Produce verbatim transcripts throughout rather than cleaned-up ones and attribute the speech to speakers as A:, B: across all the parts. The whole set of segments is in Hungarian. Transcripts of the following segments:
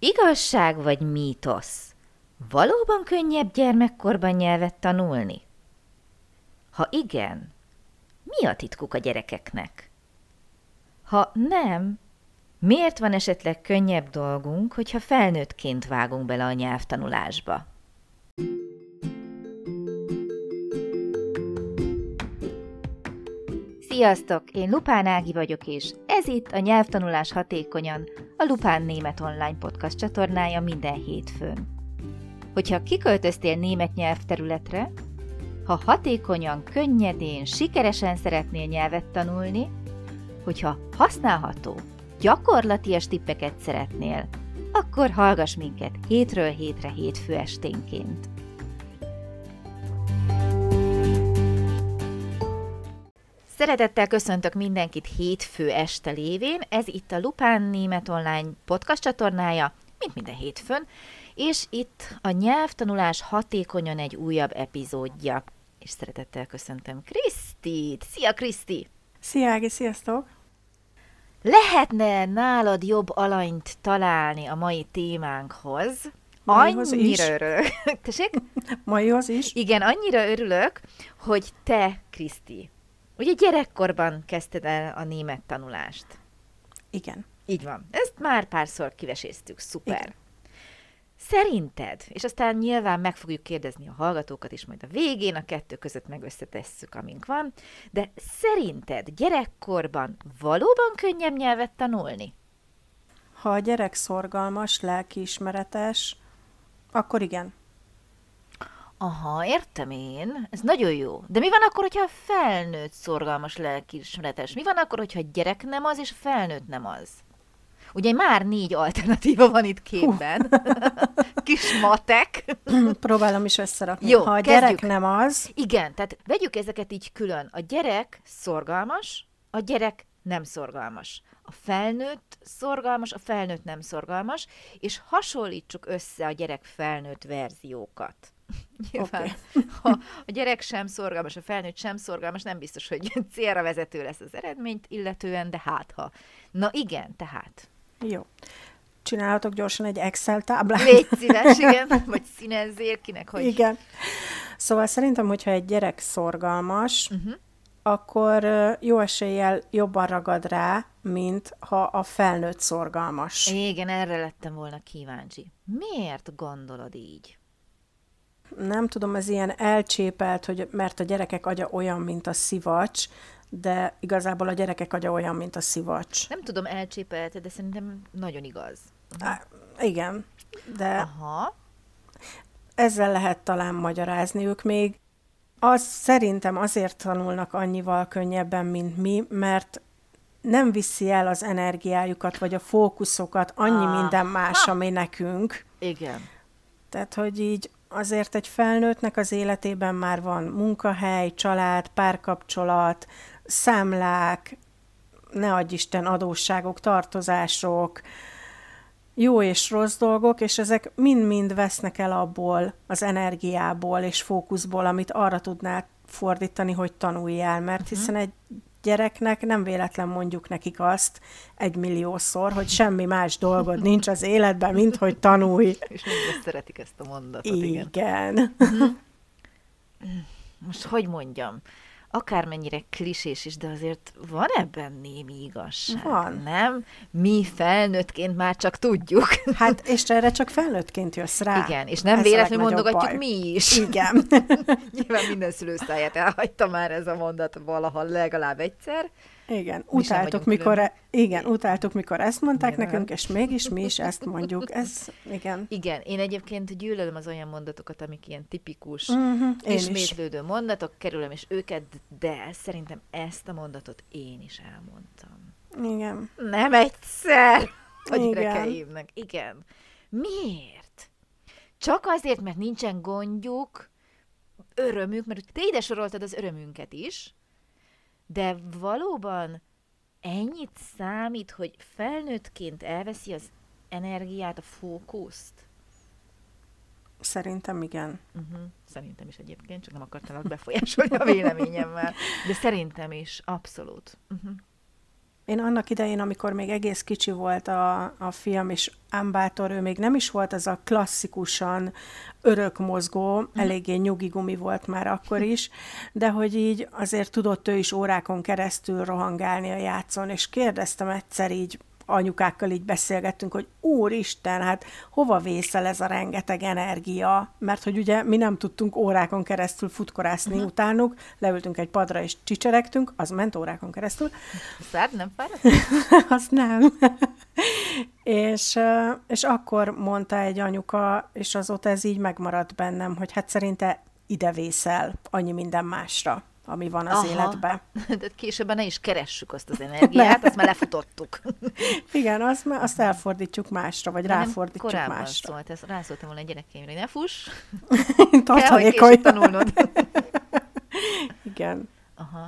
A: Igazság vagy mítosz? Valóban könnyebb gyermekkorban nyelvet tanulni? Ha igen, mi a titkuk a gyerekeknek? Ha nem, miért van esetleg könnyebb dolgunk, hogyha felnőttként vágunk bele a nyelvtanulásba? Sziasztok! Én Lupán Ági vagyok, és ez itt a Nyelvtanulás hatékonyan, a Lupán Német Online Podcast csatornája minden hétfőn. Hogyha kiköltöztél német nyelvterületre, ha hatékonyan, könnyedén, sikeresen szeretnél nyelvet tanulni, hogyha használható, gyakorlatias tippeket szeretnél, akkor hallgass minket hétről hétre hétfő esténként. Szeretettel köszöntök mindenkit hétfő este lévén, ez itt a Lupán Német Online Podcast csatornája, mint minden hétfőn, és itt a nyelvtanulás hatékonyan egy újabb epizódja. És szeretettel köszöntöm Krisztit! Szia, Kriszti!
B: Szia, Ági, sziasztok!
A: Lehetne nálad jobb alanyt találni a mai témánkhoz?
B: Maihoz
A: annyira
B: is.
A: örülök. Tessék?
B: Maihoz is.
A: Igen, annyira örülök, hogy te, Kriszti, ugye gyerekkorban kezdted el a német tanulást.
B: Igen.
A: Így van. Ezt már párszor kiveséztük. Szuper.
B: Igen.
A: Szerinted, és aztán nyilván meg fogjuk kérdezni a hallgatókat is majd a végén, a kettő között meg összetesszük, amink van, de szerinted gyerekkorban valóban könnyebb nyelvet tanulni?
B: Ha a gyerek szorgalmas, lelkiismeretes, akkor igen.
A: Aha, értem én. Ez nagyon jó. De mi van akkor, hogyha a felnőtt szorgalmas, lelkiismeretes? Mi van akkor, hogyha a gyerek nem az, és a felnőtt nem az? Ugye már négy alternatíva van itt képben. Kis matek.
B: Próbálom is összerakni.
A: Jó,
B: ha a
A: kezdjük.
B: gyerek nem az,
A: Igen, tehát vegyük ezeket így külön. A gyerek szorgalmas, a gyerek nem szorgalmas. A felnőtt szorgalmas, a felnőtt nem szorgalmas, és hasonlítsuk össze a gyerek-felnőtt verziókat. Nyilván,
B: okay.
A: ha a gyerek sem szorgalmas, a felnőtt sem szorgalmas, nem biztos, hogy célra vezető lesz az eredményt illetően, de hát ha. Na igen, tehát.
B: jó. Csinálhatok gyorsan egy Excel táblát.
A: Légy szíves, igen, vagy színezzél kinek, hogy...
B: Igen. Szóval szerintem, hogyha egy gyerek szorgalmas,
A: Uh-huh.
B: akkor ö, jó eséllyel jobban ragad rá, mint ha a felnőtt szorgalmas.
A: Igen, erre lettem volna kíváncsi. Miért gondolod így?
B: Nem tudom, ez ilyen elcsépelt, hogy mert a gyerekek agya olyan, mint a szivacs, de igazából a gyerekek agya olyan, mint a szivacs.
A: Nem tudom, elcsépelte, de szerintem nagyon igaz.
B: Á, igen, de
A: Aha.
B: ezzel lehet talán magyarázni. Ők még az, szerintem azért tanulnak annyival könnyebben, mint mi, mert nem viszi el az energiájukat, vagy a fókuszokat annyi
A: Ah.
B: minden más,
A: Ha.
B: ami nekünk.
A: Igen.
B: Tehát, hogy így azért egy felnőttnek az életében már van munkahely, család, párkapcsolat, számlák, ne adj Isten, adósságok, tartozások, jó és rossz dolgok, és ezek mind-mind vesznek el abból az energiából és fókuszból, amit arra tudnál fordítani, hogy tanuljál, mert
A: Uh-huh.
B: hiszen egy gyereknek nem véletlen mondjuk nekik azt egy milliószor, hogy semmi más dolgod nincs az életben, mint hogy tanulj.
A: És mindjárt szeretik ezt a mondatot, igen.
B: Igen.
A: Most hogy mondjam? Akármennyire klisés is, de azért van ebben némi igazság,
B: Van.
A: nem? Mi felnőttként már csak tudjuk.
B: Hát, és erre csak felnőttként jössz rá.
A: Igen, és nem
B: Ez a
A: véletlenül
B: legnagyobb
A: mondogatjuk
B: baj.
A: mi is.
B: Igen.
A: Nyilván minden szülőszáját elhagyta már ez a mondat valaha legalább egyszer.
B: Igen,
A: Mi sem
B: utáltuk,
A: vagyunk
B: mikor,
A: külön.
B: e- igen, utáltuk, mikor ezt mondták
A: Nyilván.
B: nekünk, és mégis mi is ezt mondjuk. Ez, igen.
A: Igen, én egyébként gyűlölöm az olyan mondatokat, amik ilyen tipikus,
B: Uh-huh, én is.
A: ismétlődő mondatok, kerülöm is őket, de szerintem ezt a mondatot én is elmondtam.
B: Igen.
A: Nem egyszer a
B: Igen.
A: gyerekeimnek. Igen. Miért? Csak azért, mert nincsen gondjuk, örömük, mert te ide soroltad az örömünket is, de valóban ennyit számít, hogy felnőttként elveszi az energiát, a fókuszt?
B: Szerintem igen.
A: Uh-huh. Szerintem is egyébként, csak nem akartalak befolyásolni a véleményemmel. De szerintem is, abszolút. Uh-huh.
B: Én annak idején, amikor még egész kicsi volt a, a fiam, és Ámbátor, ő még nem is volt az a klasszikusan örökmozgó, uh-huh. eléggé nyugi gumi volt már akkor is, de hogy így azért tudott ő is órákon keresztül rohangálni a játszón, és kérdeztem egyszer így, anyukákkal így beszélgettünk, hogy úristen, hát hova vészel ez a rengeteg energia? Mert hogy ugye mi nem tudtunk órákon keresztül futkorászni uh-huh. utánuk, leültünk egy padra és csicseregtünk, az ment órákon keresztül.
A: Fáradt, nem fáradt?
B: Az nem. és, és akkor mondta egy anyuka, és azóta ez így megmaradt bennem, hogy hát szerinte ide vészel annyi minden másra, ami van az Aha. életben.
A: De későbben ne is keressük azt az energiát, azt már lefutottuk.
B: Igen, azt, azt elfordítjuk másra, vagy
A: nem
B: ráfordítjuk
A: korábban
B: másra.
A: Szólt, ezt rászóltam volna a gyerekeimre, hogy ne fuss.
B: Kell, hogy később
A: tanulnod.
B: Igen.
A: Aha.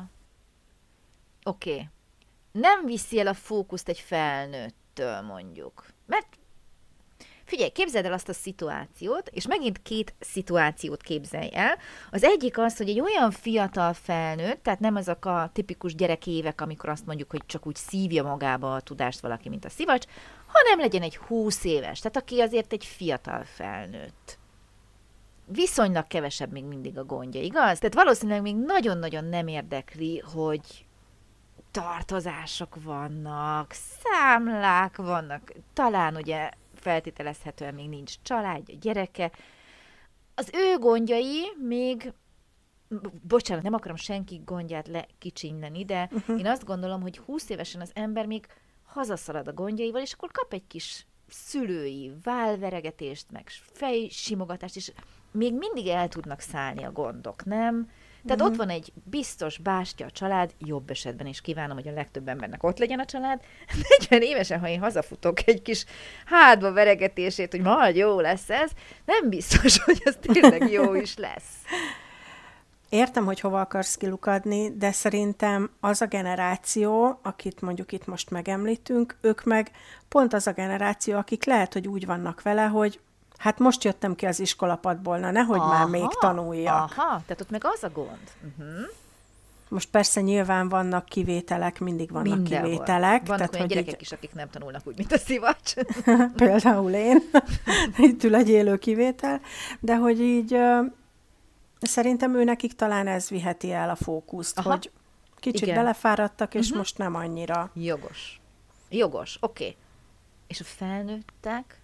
A: Oké. Okay. Nem viszi el a fókuszt egy felnőttől, mondjuk. Mert figyelj, képzeld el azt a szituációt, és megint két szituációt képzelj el. Az egyik az, hogy egy olyan fiatal felnőtt, tehát nem azok a tipikus gyerekévek, amikor azt mondjuk, hogy csak úgy szívja magába a tudást valaki, mint a szivacs, hanem legyen egy húsz éves, tehát aki azért egy fiatal felnőtt. Viszonylag kevesebb még mindig a gondja, igaz? Tehát valószínűleg még nagyon-nagyon nem érdekli, hogy tartozások vannak, számlák vannak, talán ugye feltételezhetően még nincs családja, gyereke. Az ő gondjai még, bocsánat, nem akarom senki gondját lekicsinyleni, de uh-huh. én azt gondolom, hogy húsz évesen az ember még hazaszalad a gondjaival, és akkor kap egy kis szülői válveregetést, meg fejsimogatást, és még mindig el tudnak szállni a gondok, nem? Tehát uh-huh. ott van egy biztos bástya a család, jobb esetben is kívánom, hogy a legtöbb embernek ott legyen a család. negyven évesen, ha én hazafutok egy kis hátba veregetését, hogy majd jó lesz ez, nem biztos, hogy ez tényleg jó is lesz.
B: Értem, hogy hova akarsz kilukadni, de szerintem az a generáció, akit mondjuk itt most megemlítünk, ők meg pont az a generáció, akik lehet, hogy úgy vannak vele, hogy hát most jöttem ki az iskolapadból, na nehogy aha, már még tanuljak.
A: Aha, tehát ott meg az a gond. Uh-huh.
B: Most persze nyilván vannak kivételek, mindig vannak Mindenhol. kivételek.
A: Vannak tehát, olyan gyerekek így... is, akik nem tanulnak úgy, mint a szivacs.
B: Például én. Itt ül egy élő kivétel. De hogy így uh, szerintem ő nekik talán ez viheti el a fókuszt, aha. hogy kicsit igen. belefáradtak, és uh-huh. most nem annyira.
A: Jogos. Jogos, oké. Okay. És a felnőttek?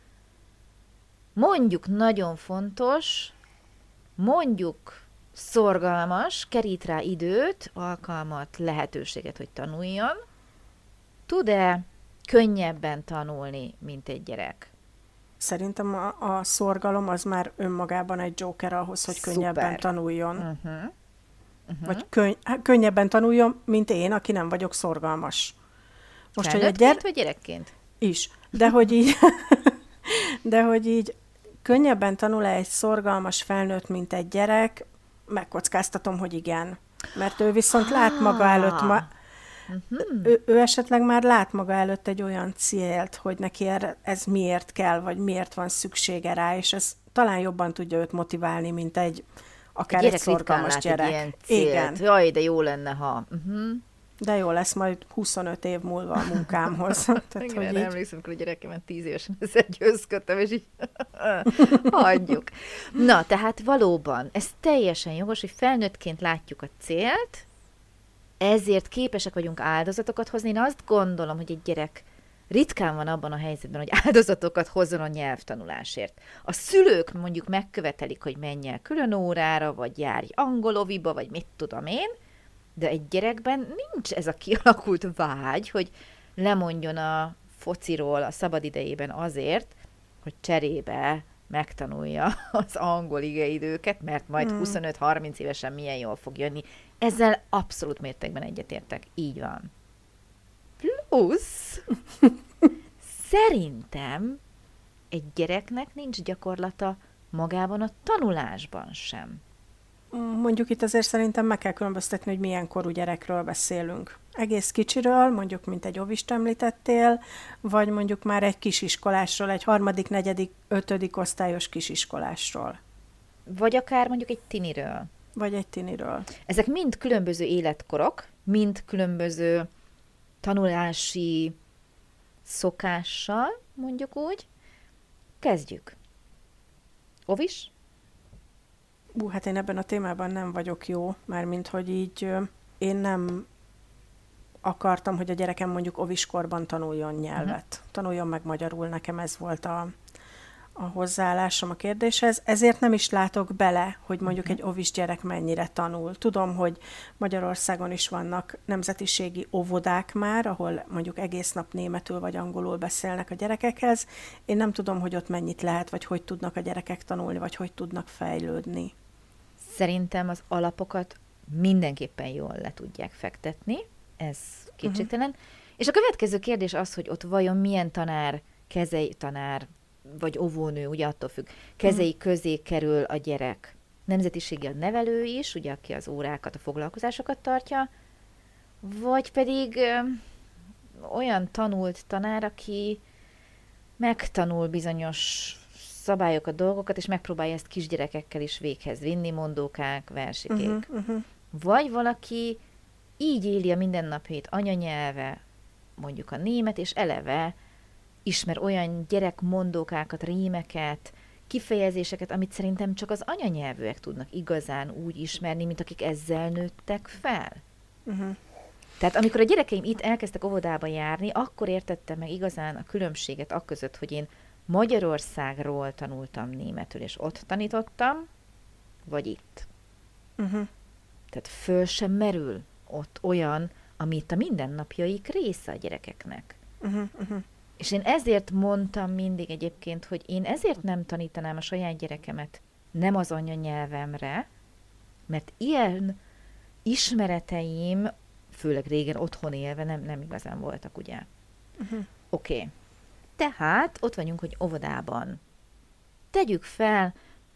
A: Mondjuk nagyon fontos, mondjuk szorgalmas, kerít rá időt, alkalmat, lehetőséget, hogy tanuljon. Tud-e könnyebben tanulni, mint egy gyerek?
B: Szerintem a, a szorgalom az már önmagában egy joker ahhoz, hogy Szuper. könnyebben tanuljon. Uh-huh. Uh-huh. Vagy könny- könnyebben tanuljon, mint én, aki nem vagyok szorgalmas.
A: Most, hogy egy gyere... vagy gyerekként?
B: Is. De hogy így... De hogy így könnyebben tanul-e egy szorgalmas felnőtt, mint egy gyerek, megkockáztatom, hogy igen. Mert ő viszont ah. lát maga előtt, ma, uh-huh. ő, ő esetleg már lát maga előtt egy olyan célt, hogy neki ez miért kell, vagy miért van szüksége rá, és ez talán jobban tudja őt motiválni, mint egy akár egy, egy szorgalmas gyerek.
A: Egy ilyen célt. Igen. Jaj, de jó lenne, ha... Uh-huh.
B: De jó lesz majd huszonöt év múlva a munkámhoz. Tehát,
A: igen,
B: hogy
A: így... emlékszem, amikor a gyerekemet tíz évesen ezzel győzködtem, és így hagyjuk. Na, tehát valóban, ez teljesen jogos, hogy felnőttként látjuk a célt, ezért képesek vagyunk áldozatokat hozni. Én azt gondolom, hogy egy gyerek ritkán van abban a helyzetben, hogy áldozatokat hozzon a nyelvtanulásért. A szülők mondjuk megkövetelik, hogy menj el külön órára, vagy járj angoloviba, vagy mit tudom én, de egy gyerekben nincs ez a kialakult vágy, hogy lemondjon a fociról a szabadidejében azért, hogy cserébe megtanulja az angol igeidőket, mert majd hmm. huszonöt-harminc évesen milyen jól fog jönni. Ezzel abszolút mértékben egyetértek. Így van. Plusz, szerintem egy gyereknek nincs gyakorlata magában a tanulásban sem.
B: Mondjuk itt azért szerintem meg kell különböztetni, hogy milyen korú gyerekről beszélünk. Egész kicsiről, mondjuk, mint egy óvist említettél, vagy mondjuk már egy kisiskolásról, egy harmadik, negyedik, ötödik osztályos kisiskolásról.
A: Vagy akár mondjuk egy tiniről.
B: Vagy egy tiniről.
A: Ezek mind különböző életkorok, mind különböző tanulási szokással, mondjuk úgy. Kezdjük. Ovis?
B: Ú, hát én ebben a témában nem vagyok jó, mármint, hogy így ö, én nem akartam, hogy a gyerekem mondjuk oviskorban tanuljon nyelvet. Uh-huh. Tanuljon meg magyarul, nekem ez volt a, a hozzáállásom a kérdéshez. Ezért nem is látok bele, hogy mondjuk uh-huh. egy ovis gyerek mennyire tanul. Tudom, hogy Magyarországon is vannak nemzetiségi óvodák már, ahol mondjuk egész nap németül vagy angolul beszélnek a gyerekekhez. Én nem tudom, hogy ott mennyit lehet, vagy hogy tudnak a gyerekek tanulni, vagy hogy tudnak fejlődni.
A: Szerintem az alapokat mindenképpen jól le tudják fektetni, ez kétségtelen. Uh-huh. És a következő kérdés az, hogy ott vajon milyen tanár, kezei tanár, vagy óvónő, ugye attól függ, kezei uh-huh. közé kerül a gyerek. Nemzetiségi a nevelő is, ugye aki az órákat, a foglalkozásokat tartja, vagy pedig ö, olyan tanult tanár, aki megtanul bizonyos szabályokat, dolgokat, és megpróbálja ezt kisgyerekekkel is véghez vinni, mondókák, versikék. Uh-huh, uh-huh. Vagy valaki így éli a mindennapjait, anyanyelve, mondjuk a német, és eleve ismer olyan gyerekmondókákat, rímeket, kifejezéseket, amit szerintem csak az anyanyelvűek tudnak igazán úgy ismerni, mint akik ezzel nőttek fel. Uh-huh. Tehát amikor a gyerekeim itt elkezdtek óvodába járni, akkor értettem meg igazán a különbséget akközött, hogy én Magyarországról tanultam németül, és ott tanítottam, vagy itt. Uh-huh. Tehát föl sem merül ott olyan, ami itt a mindennapjaik része a gyerekeknek. Uh-huh, uh-huh. És én ezért mondtam mindig egyébként, hogy én ezért nem tanítanám a saját gyerekemet nem az anyanyelvemre, mert ilyen ismereteim, főleg régen otthon élve nem, nem igazán voltak, ugye? Uh-huh. Oké. Okay. Tehát ott vagyunk, hogy óvodában. Tegyük fel,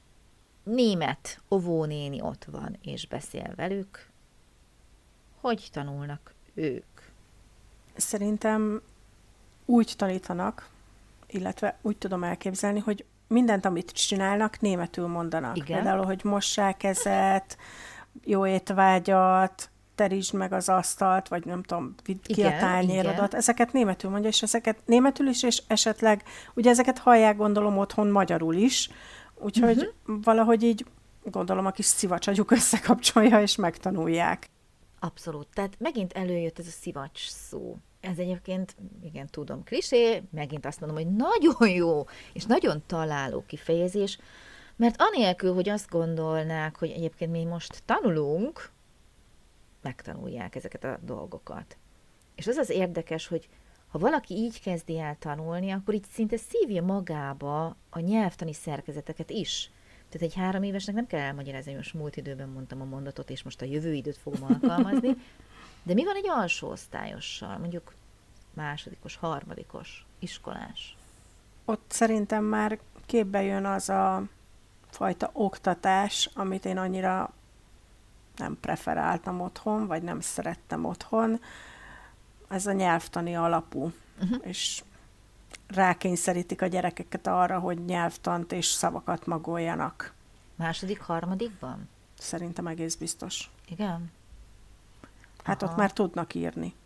A: német óvónéni ott van, és beszél velük. Hogy tanulnak ők? Szerintem
B: úgy tanítanak, illetve úgy tudom elképzelni, hogy mindent, amit csinálnak, németül mondanak.
A: Igen.
B: Például, hogy mossák kezet, jó étvágyat, terítsd meg az asztalt, vagy nem tudom, vidd ki igen, a tányérodat. Igen. Ezeket németül mondja, és ezeket németül is, és esetleg, ugye ezeket hallják, gondolom, otthon magyarul is, úgyhogy uh-huh. valahogy így, gondolom, a kis szivacsagyuk összekapcsolja, és megtanulják.
A: Abszolút. Tehát megint előjött ez a szivacs szó. Ez egyébként, igen, tudom, klisé, megint azt mondom, hogy nagyon jó, és nagyon találó kifejezés, mert anélkül, hogy azt gondolnák, hogy egyébként mi most tanulunk, megtanulják ezeket a dolgokat. És az az érdekes, hogy ha valaki így kezdi el tanulni, akkor így szinte szívja magába a nyelvtani szerkezeteket is. Tehát egy három évesnek nem kell elmagyarázni, hogy most múlt időben mondtam a mondatot, és most a jövő időt fogom alkalmazni. De mi van egy alsó osztályossal, mondjuk másodikos, harmadikos, iskolás?
B: Ott szerintem már képbe jön az a fajta oktatás, amit én annyira nem preferáltam otthon, vagy nem szerettem otthon. Ez a nyelvtani alapú, uh-huh. és rákényszerítik a gyerekeket arra, hogy nyelvtant és szavakat magoljanak.
A: Második, harmadikban?
B: Szerintem egész biztos.
A: Igen?
B: Hát aha. Ott már tudnak írni.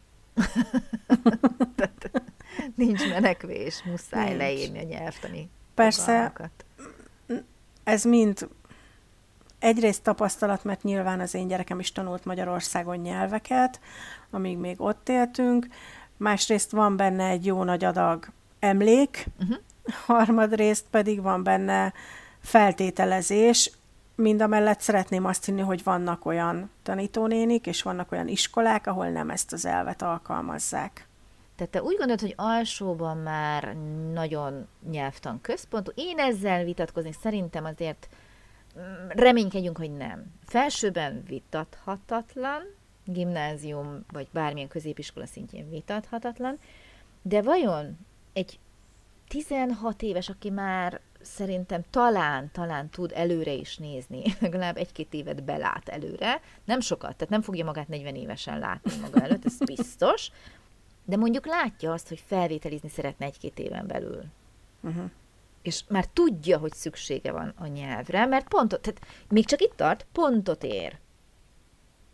A: Nincs menekvés, muszáj Nincs. leírni a nyelvtani
B: Persze,
A: fogalmakat.
B: Ez mind egyrészt tapasztalat, mert nyilván az én gyerekem is tanult Magyarországon nyelveket, amíg még ott éltünk. Másrészt van benne egy jó nagy adag emlék, uh-huh. harmadrészt pedig van benne feltételezés. Mindamellett szeretném azt hinni, hogy vannak olyan tanítónénik, és vannak olyan iskolák, ahol nem ezt az elvet alkalmazzák.
A: Tehát te úgy gondolod, hogy alsóban már nagyon nyelvtan központú. Én ezzel vitatkozni szerintem azért reménykedjünk, hogy nem. Felsőben vitathatatlan, gimnázium vagy bármilyen középiskola szintjén vitathatatlan, de vajon egy tizenhat éves, aki már szerintem talán, talán tud előre is nézni, legalább egy-két évet belát előre, nem sokat, tehát nem fogja magát negyven évesen látni maga előtt, ez biztos, de mondjuk látja azt, hogy felvételizni szeretne egy-két éven belül. Uh-huh. És már tudja, hogy szüksége van a nyelvre, mert pontot, tehát még csak itt tart, pontot ér.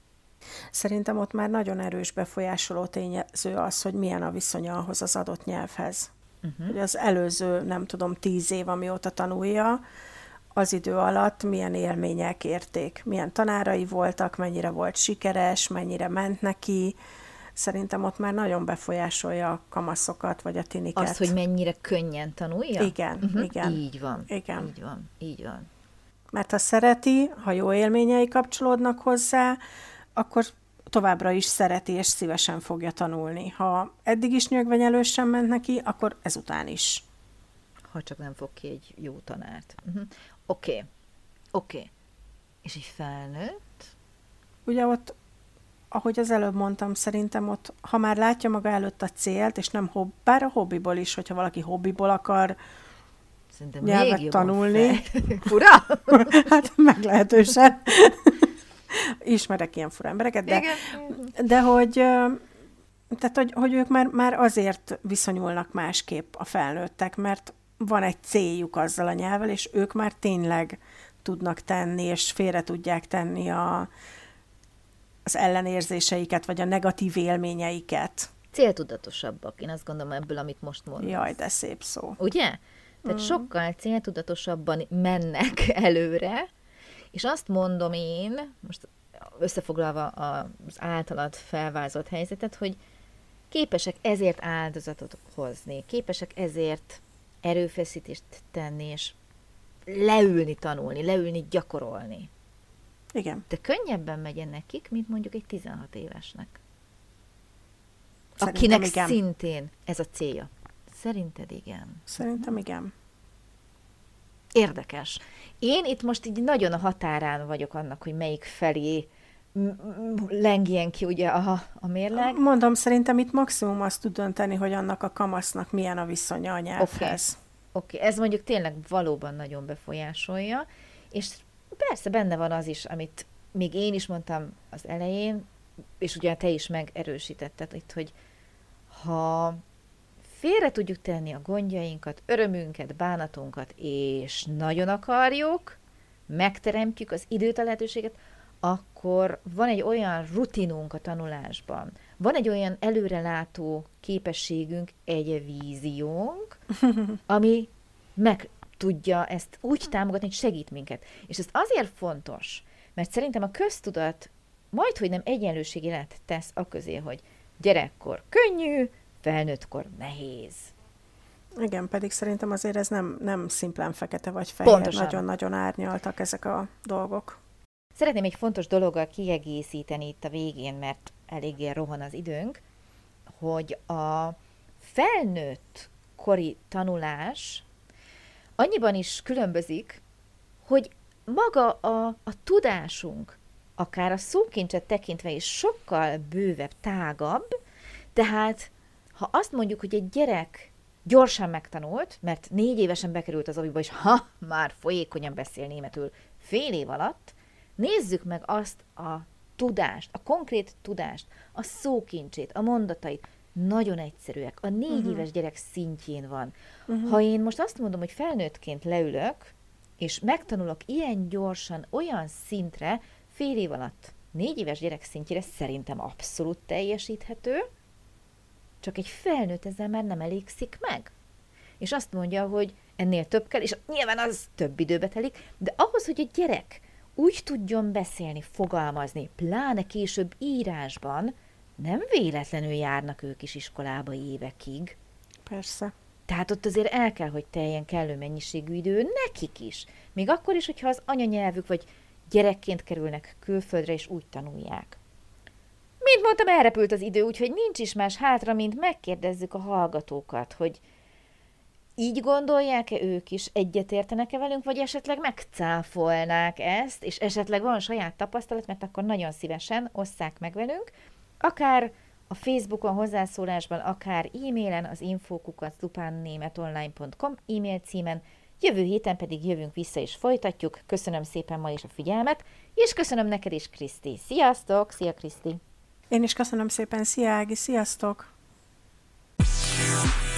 B: Szerintem ott már nagyon erős befolyásoló tényező az, hogy milyen a viszonya ahhoz az adott nyelvhez. Uh-huh. Hogy az előző, nem tudom, tíz év, amióta tanulja, az idő alatt milyen élmények érték, milyen tanárai voltak, mennyire volt sikeres, mennyire ment neki. Szerintem ott már nagyon befolyásolja a kamaszokat, vagy a tiniket.
A: Az, hogy mennyire könnyen tanulja?
B: Igen,
A: uh-huh.
B: igen.
A: Így van,
B: igen.
A: így van, így van.
B: Mert ha szereti, ha jó élményei kapcsolódnak hozzá, akkor továbbra is szereti, és szívesen fogja tanulni. Ha eddig is nyögvenyelősen ment neki, akkor ezután is.
A: Ha csak nem fog ki egy jó tanárt. Uh-huh. Oké, okay. oké. Okay. És egy felnőtt?
B: Ugye ott, ahogy az előbb mondtam, szerintem ott, ha már látja maga előtt a célt, és nem hobb, bár a hobbiból is, hogyha valaki hobbiból akar
A: szerintem
B: nyelvet
A: még
B: tanulni.
A: Fura?
B: Hát meglehetősen. Ismerek ilyen fura embereket, de, de hogy, tehát, hogy, hogy ők már, már azért viszonyulnak másképp a felnőttek, mert van egy céljuk azzal a nyelvvel, és ők már tényleg tudnak tenni, és félre tudják tenni a, az ellenérzéseiket, vagy a negatív élményeiket.
A: Céltudatosabbak, én azt gondolom ebből, amit most mondasz.
B: Jaj, de szép szó.
A: Ugye? Tehát mm. sokkal céltudatosabban mennek előre, és azt mondom én, most összefoglalva az általad felvázolt helyzetet, hogy képesek ezért áldozatot hozni, képesek ezért erőfeszítést tenni, és leülni tanulni, leülni gyakorolni.
B: Igen.
A: De könnyebben megy nekik, mint mondjuk egy tizenhat évesnek.
B: Szerintem
A: akinek
B: igen.
A: Szintén ez a célja. Szerinted igen?
B: Szerintem igen.
A: Érdekes. Én itt most így nagyon a határán vagyok annak, hogy melyik felé lengjen ki ugye a, a mérleg.
B: Mondom, szerintem itt maximum azt tud dönteni, hogy annak a kamasznak milyen a viszonya a nyelvhez.
A: Oké, okay. Ez mondjuk tényleg valóban nagyon befolyásolja, és persze benne van az is, amit még én is mondtam az elején, és ugye te is megerősítetted itt, hogy ha félre tudjuk tenni a gondjainkat, örömünket, bánatunkat, és nagyon akarjuk, megteremtjük az időt, a lehetőséget, akkor van egy olyan rutinunk a tanulásban, van egy olyan előrelátó képességünk, egy víziónk, ami meg tudja ezt úgy támogatni, hogy segít minket. És ez azért fontos, mert szerintem a köztudat majdhogy nem egyenlőségjelet tesz a közé, hogy gyerekkor könnyű, felnőttkor nehéz.
B: Igen, pedig szerintem azért ez nem, nem szimplán fekete vagy fehér.
A: Pontosan.
B: Nagyon-nagyon árnyaltak ezek a dolgok.
A: Szeretném egy fontos dologgal kiegészíteni itt a végén, mert eléggé rohan az időnk, hogy a felnőtt kori tanulás annyiban is különbözik, hogy maga a, a tudásunk, akár a szókincset tekintve is sokkal bővebb, tágabb, tehát ha azt mondjuk, hogy egy gyerek gyorsan megtanult, mert négy évesen bekerült az oviba, és ha, már folyékonyan beszél németül fél év alatt, nézzük meg azt a tudást, a konkrét tudást, a szókincsét, a mondatait. Nagyon egyszerűek. A négy uh-huh. éves gyerek szintjén van. Uh-huh. Ha én most azt mondom, hogy felnőttként leülök, és megtanulok ilyen gyorsan, olyan szintre, fél év alatt négy éves gyerek szintjére szerintem abszolút teljesíthető, csak egy felnőtt ezzel már nem elégszik meg. És azt mondja, hogy ennél több kell, és nyilván az több időbe telik, de ahhoz, hogy egy gyerek úgy tudjon beszélni, fogalmazni, pláne később írásban, nem véletlenül járnak ők is iskolába évekig.
B: Persze.
A: Tehát ott azért el kell, hogy teljen kellő mennyiségű idő nekik is. Még akkor is, hogyha az anyanyelvük, vagy gyerekként kerülnek külföldre, és úgy tanulják. Mint mondtam, elrepült az idő, úgyhogy nincs is más hátra, mint megkérdezzük a hallgatókat, hogy így gondolják-e ők is, egyetértenek-e velünk, vagy esetleg megcáfolnák ezt, és esetleg van saját tapasztalat, mert akkor nagyon szívesen osszák meg velünk, akár a Facebookon hozzászólásban, akár e-mailen, az infókukat lupánnémetonline pont com e-mail címen. Jövő héten pedig jövünk vissza és folytatjuk. Köszönöm szépen ma is a figyelmet, és köszönöm neked is, Kriszti. Sziasztok! Szia, Kriszti!
B: Én is köszönöm szépen. Szia, Ági! Sziasztok!